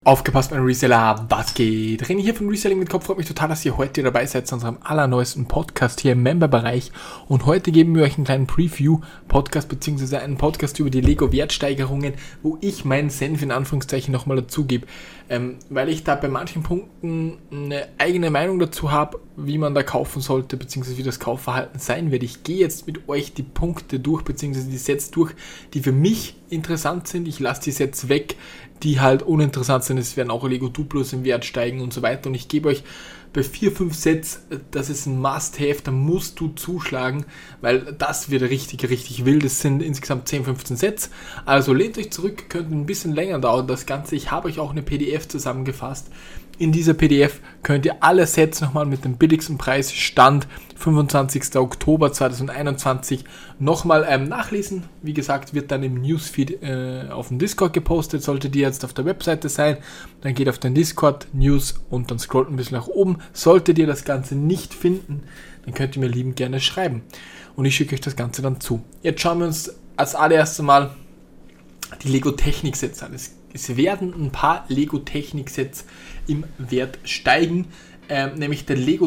Aufgepasst, mein Reseller, was geht? René hier von Reselling mit Kopf. Freut mich total, dass ihr heute dabei seid zu unserem allerneuesten Podcast hier im Member-Bereich. Und heute geben wir euch einen kleinen Preview-Podcast, beziehungsweise einen Podcast über die Lego-Wertsteigerungen, wo ich meinen Senf in Anführungszeichen nochmal dazu gebe. Weil ich da bei manchen Punkten eine eigene Meinung dazu habe, wie man da kaufen sollte, beziehungsweise wie das Kaufverhalten sein wird. Ich gehe jetzt mit euch die Punkte durch, beziehungsweise die Sets durch, die für mich interessant sind. Ich lasse die Sets weg, die halt uninteressant sind. Es werden auch Lego Duplos im Wert steigen und so weiter. Und ich gebe euch bei 4-5 Sets, das ist ein Must-Have, da musst du zuschlagen, weil das wird richtig wild. Es sind insgesamt 10-15 Sets. Also lehnt euch zurück, könnte ein bisschen länger dauern das Ganze. Ich habe euch auch eine PDF zusammengefasst. In dieser PDF könnt ihr alle Sets nochmal mit dem billigsten Preis Stand 25. Oktober 2021 nochmal nachlesen. Wie gesagt, wird dann im Newsfeed auf dem Discord gepostet. Solltet ihr jetzt auf der Webseite sein, dann geht auf den Discord, News und dann scrollt ein bisschen nach oben. Solltet ihr das Ganze nicht finden, dann könnt ihr mir liebend gerne schreiben. Und ich schicke euch das Ganze dann zu. Jetzt schauen wir uns als allererstes mal die Lego Technik Sets an. Es werden ein paar Lego Technik Sets im Wert steigen, nämlich der Lego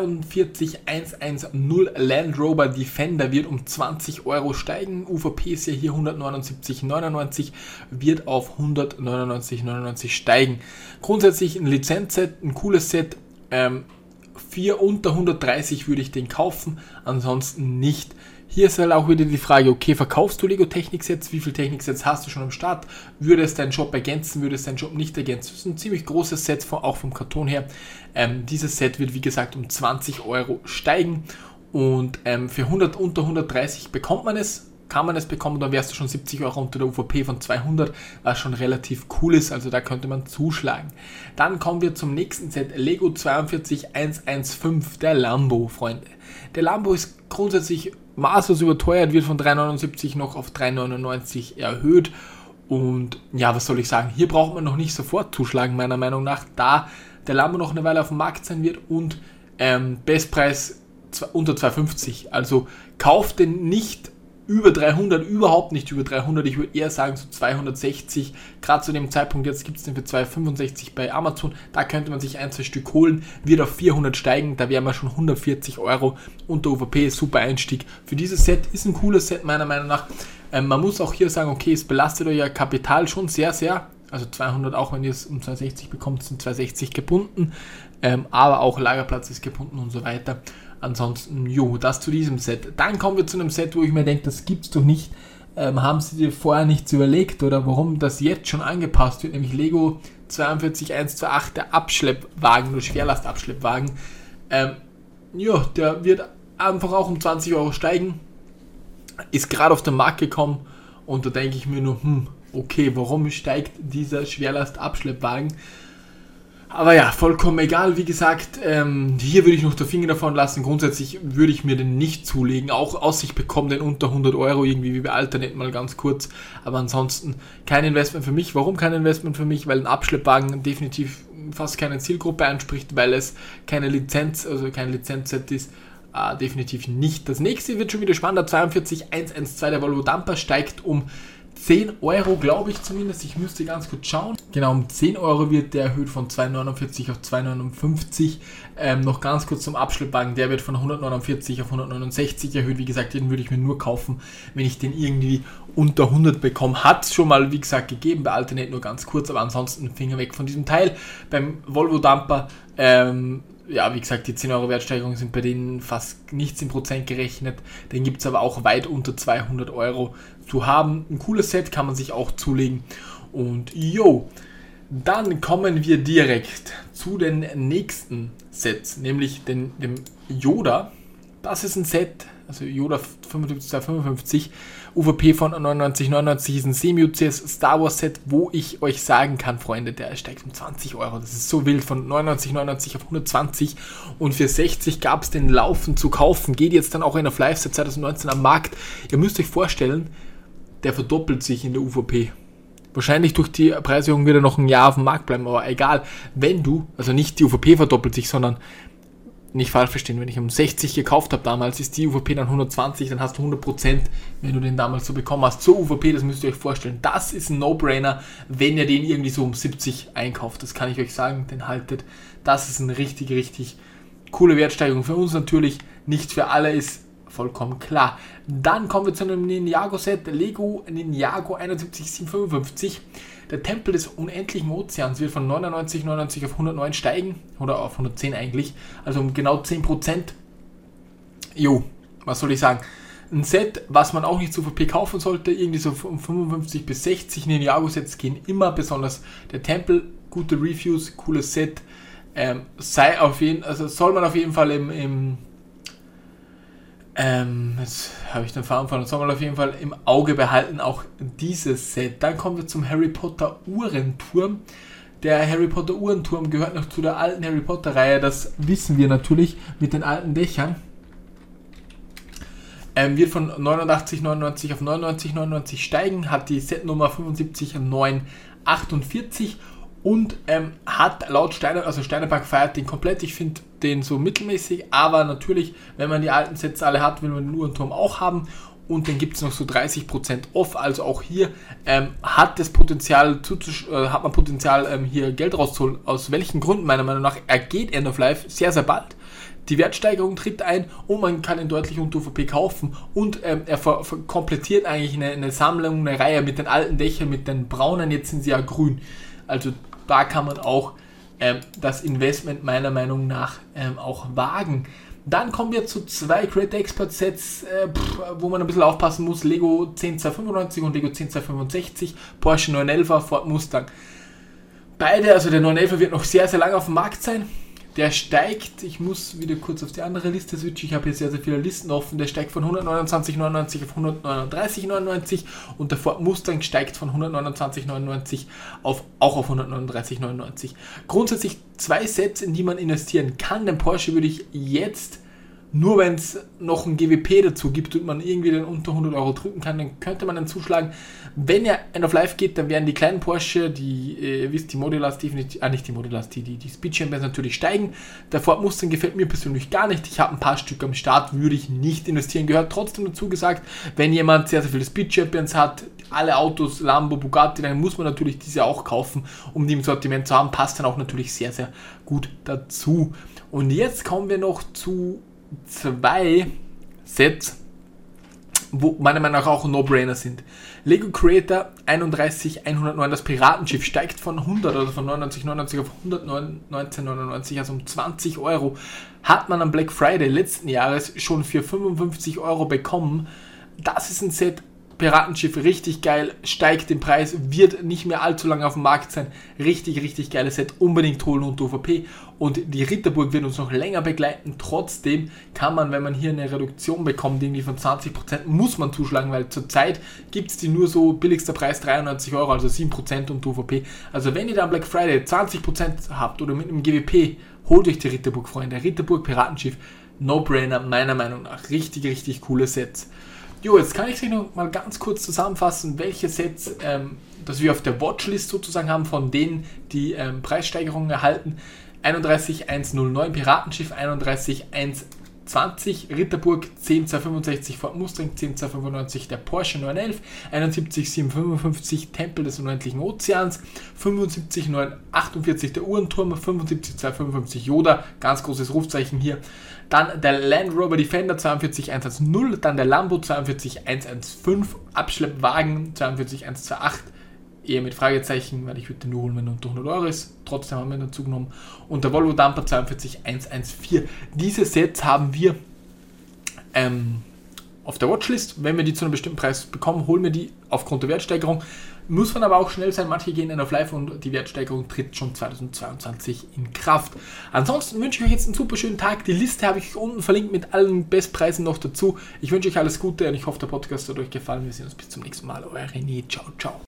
42110 Land Rover Defender wird um 20 Euro steigen. UVP ist ja hier 179,99, wird auf 199,99 steigen. Grundsätzlich ein Lizenzset, ein cooles Set, 4 unter 130 würde ich den kaufen, ansonsten nicht. Hier ist halt auch wieder die Frage, okay, verkaufst du Lego Technik-Sets? Wie viele Technik-Sets hast du schon am Start? Würde es deinen Shop ergänzen? Würde es deinen Shop nicht ergänzen? Das ist ein ziemlich großes Set, auch vom Karton her. Dieses Set wird, wie gesagt, um 20 Euro steigen und für unter 130 bekommt man es. Kann man es bekommen, dann wärst du schon 70 Euro unter der UVP von 200, was schon relativ cool ist, also da könnte man zuschlagen. Dann kommen wir zum nächsten Set, Lego 42115, der Lambo, Freunde. Der Lambo ist grundsätzlich maßlos überteuert, wird von 3,79 noch auf 3,99 erhöht und ja, was soll ich sagen, hier braucht man noch nicht sofort zuschlagen, meiner Meinung nach, da der Lambo noch eine Weile auf dem Markt sein wird und Bestpreis unter 250, also kauft den nicht über 300, überhaupt nicht über 300, ich würde eher sagen so 260, gerade zu dem Zeitpunkt, jetzt gibt es den für 265 bei Amazon, da könnte man sich 1-2 Stück holen, wird auf 400 steigen, da wären wir schon 140 Euro unter UVP, super Einstieg für dieses Set, ist ein cooles Set meiner Meinung nach, man muss auch hier sagen, okay, es belastet euer Kapital schon sehr, also 200, auch wenn ihr es um 260 bekommt, sind 260 gebunden, aber auch Lagerplatz ist gebunden und so weiter. Ansonsten, das zu diesem Set. Dann kommen wir zu einem Set, wo ich mir denke, das gibt's doch nicht. Haben sie dir vorher nichts überlegt oder warum das jetzt schon angepasst wird? Nämlich Lego 42128, der Abschleppwagen, nur Schwerlastabschleppwagen. Der wird einfach auch um 20 Euro steigen. Ist gerade auf den Markt gekommen und da denke ich mir nur, okay, warum steigt dieser Schwerlastabschleppwagen? Aber ja, vollkommen egal, wie gesagt, hier würde ich noch den Finger davon lassen, grundsätzlich würde ich mir den nicht zulegen, auch Aussicht bekommen den unter 100 Euro, irgendwie wie bei Alternate mal ganz kurz, aber ansonsten kein Investment für mich. Warum kein Investment für mich? Weil ein Abschleppwagen definitiv fast keine Zielgruppe anspricht, weil es keine Lizenz, also kein Lizenzset ist, definitiv nicht. Das nächste wird schon wieder spannender, 42112, der Volvo Dumper steigt um 10 Euro, glaube ich zumindest, ich müsste ganz kurz schauen. Genau, um 10 Euro wird der erhöht von 2,49 auf 2,59. Noch ganz kurz zum Abschleppwagen, der wird von 149 auf 169 erhöht. Wie gesagt, den würde ich mir nur kaufen, wenn ich den irgendwie unter 100 bekomme. Hat es schon mal, wie gesagt, gegeben, bei Alternate nur ganz kurz, aber ansonsten Finger weg von diesem Teil. Beim Volvo Dumper, wie gesagt, die 10 Euro Wertsteigerung sind bei denen fast nichts in Prozent gerechnet. Den gibt es aber auch weit unter 200 Euro zu haben. Ein cooles Set, kann man sich auch zulegen. Und dann kommen wir direkt zu den nächsten Sets, nämlich dem Yoda. Das ist ein Set, also Yoda 55255, UVP von 99,99 ist ein Semi-UCS Star Wars Set, wo ich euch sagen kann, Freunde, der steigt um 20 Euro. Das ist so wild, von 99,99 auf 120 und für 60 gab es den laufend zu kaufen. Geht jetzt dann auch in der Live seit 2019 am Markt. Ihr müsst euch vorstellen, der verdoppelt sich in der UVP. Wahrscheinlich durch die Preiserhöhung wird er noch ein Jahr auf dem Markt bleiben, aber egal, wenn du, also nicht die UVP verdoppelt sich, sondern nicht falsch verstehen, wenn ich um 60 gekauft habe damals, ist die UVP dann 120, dann hast du 100%, wenn du den damals so bekommen hast, zur UVP, das müsst ihr euch vorstellen. Das ist ein No-Brainer, wenn ihr den irgendwie so um 70 einkauft, das kann ich euch sagen, den haltet. Das ist eine richtig, richtig coole Wertsteigerung für uns natürlich, nicht für alle, ist vollkommen klar. Dann kommen wir zu einem Ninjago-Set, Lego Ninjago 71755. Der Tempel des unendlichen Ozeans wird von 99,99 auf 109 steigen, oder auf 110 eigentlich, also um genau 10%. Jo, was soll ich sagen? Ein Set, was man auch nicht zu VP kaufen sollte, irgendwie so um 55 bis 60 Ninjago-Sets gehen immer, besonders der Tempel, gute Reviews, cooles Set, soll man auf jeden Fall jetzt habe ich den Faden verloren, soll man auf jeden Fall im Auge behalten, auch dieses Set. Dann kommen wir zum Harry Potter Uhrenturm. Der Harry Potter Uhrenturm gehört noch zu der alten Harry Potter Reihe, das wissen wir natürlich, mit den alten Dächern. Wird von 89,99 auf 99,99 steigen, hat die Setnummer 75948 und hat laut Steinerpark feiert den komplett. Ich finde den so mittelmäßig, aber natürlich, wenn man die alten Sets alle hat, will man den Uhrenturm auch haben. Und dann gibt es noch so 30% off, also auch hier hat man Potenzial hier Geld rauszuholen. Aus welchen Gründen? Meiner Meinung nach ergeht End of Life sehr, sehr bald. Die Wertsteigerung tritt ein und man kann ihn deutlich unter UVP kaufen und er komplettiert eigentlich eine Sammlung, eine Reihe mit den alten Dächern, mit den braunen, jetzt sind sie ja grün. Also da kann man auch das Investment meiner Meinung nach auch wagen. Dann kommen wir zu zwei Creator Expert Sets, wo man ein bisschen aufpassen muss. Lego 10295 und Lego 10265, Porsche 911er, Ford Mustang. Beide, also der 911er wird noch sehr, sehr lange auf dem Markt sein. Der steigt, ich muss wieder kurz auf die andere Liste switchen, ich habe hier sehr, sehr viele Listen offen, der steigt von 129,99 auf 139,99 und der Ford Mustang steigt von 129,99 auch auf 139,99. Grundsätzlich zwei Sets, in die man investieren kann. Den Porsche würde ich jetzt, nur wenn es noch ein GWP dazu gibt und man irgendwie dann unter 100 Euro drücken kann, dann könnte man dann zuschlagen. Wenn er End of Life geht, dann werden die kleinen Porsche, die Modelars definitiv, nicht die Modelars, die Speed Champions natürlich steigen. Der Ford Mustang gefällt mir persönlich gar nicht. Ich habe ein paar Stück am Start, würde ich nicht investieren. Gehört trotzdem dazu gesagt, wenn jemand sehr, sehr viele Speed Champions hat, alle Autos, Lambo, Bugatti, dann muss man natürlich diese auch kaufen, um die im Sortiment zu haben. Passt dann auch natürlich sehr, sehr gut dazu. Und jetzt kommen wir noch zu zwei Sets, wo meiner Meinung nach auch No-Brainer sind. Lego Creator 31109, das Piratenschiff, steigt von 100 oder von 99,99 auf 119,99, also um 20 Euro. Hat man am Black Friday letzten Jahres schon für 55 Euro bekommen. Das ist ein Set, Piratenschiff, richtig geil, steigt den Preis, wird nicht mehr allzu lange auf dem Markt sein. Richtig, richtig geiles Set, unbedingt holen unter UVP. Und die Ritterburg wird uns noch länger begleiten. Trotzdem kann man, wenn man hier eine Reduktion bekommt, irgendwie von 20%, muss man zuschlagen, weil zurzeit gibt es die nur so, billigster Preis 93 Euro, also 7% unter UVP. Also wenn ihr da am Black Friday 20% habt oder mit einem GWP, holt euch die Ritterburg, Freunde. Ritterburg Piratenschiff, No-Brainer, meiner Meinung nach. Richtig, richtig coole Sets. Jo, jetzt kann ich euch noch mal ganz kurz zusammenfassen, welche Sets das wir auf der Watchlist sozusagen haben, von denen die Preissteigerungen erhalten. 31109 Piratenschiff, 31120 Ritterburg, 10265 Ford Mustang, 10295 der Porsche 911, 71755 Tempel des unendlichen Ozeans, 75948 der Uhrenturm, 75255 Yoda, ganz großes Rufzeichen hier. Dann der Land Rover Defender 42110, dann der Lambo 42115, Abschleppwagen 42128, eher mit Fragezeichen, weil ich würde den nur holen, wenn er unter 100 Euro ist. Trotzdem haben wir ihn dazu genommen. Und der Volvo Dumper 42114. Diese Sets haben wir auf der Watchlist. Wenn wir die zu einem bestimmten Preis bekommen, holen wir die aufgrund der Wertsteigerung. Muss man aber auch schnell sein, manche gehen auf Live und die Wertsteigerung tritt schon 2022 in Kraft. Ansonsten wünsche ich euch jetzt einen super schönen Tag. Die Liste habe ich unten verlinkt mit allen Bestpreisen noch dazu. Ich wünsche euch alles Gute und ich hoffe, der Podcast hat euch gefallen. Wir sehen uns bis zum nächsten Mal. Euer René. Ciao, ciao.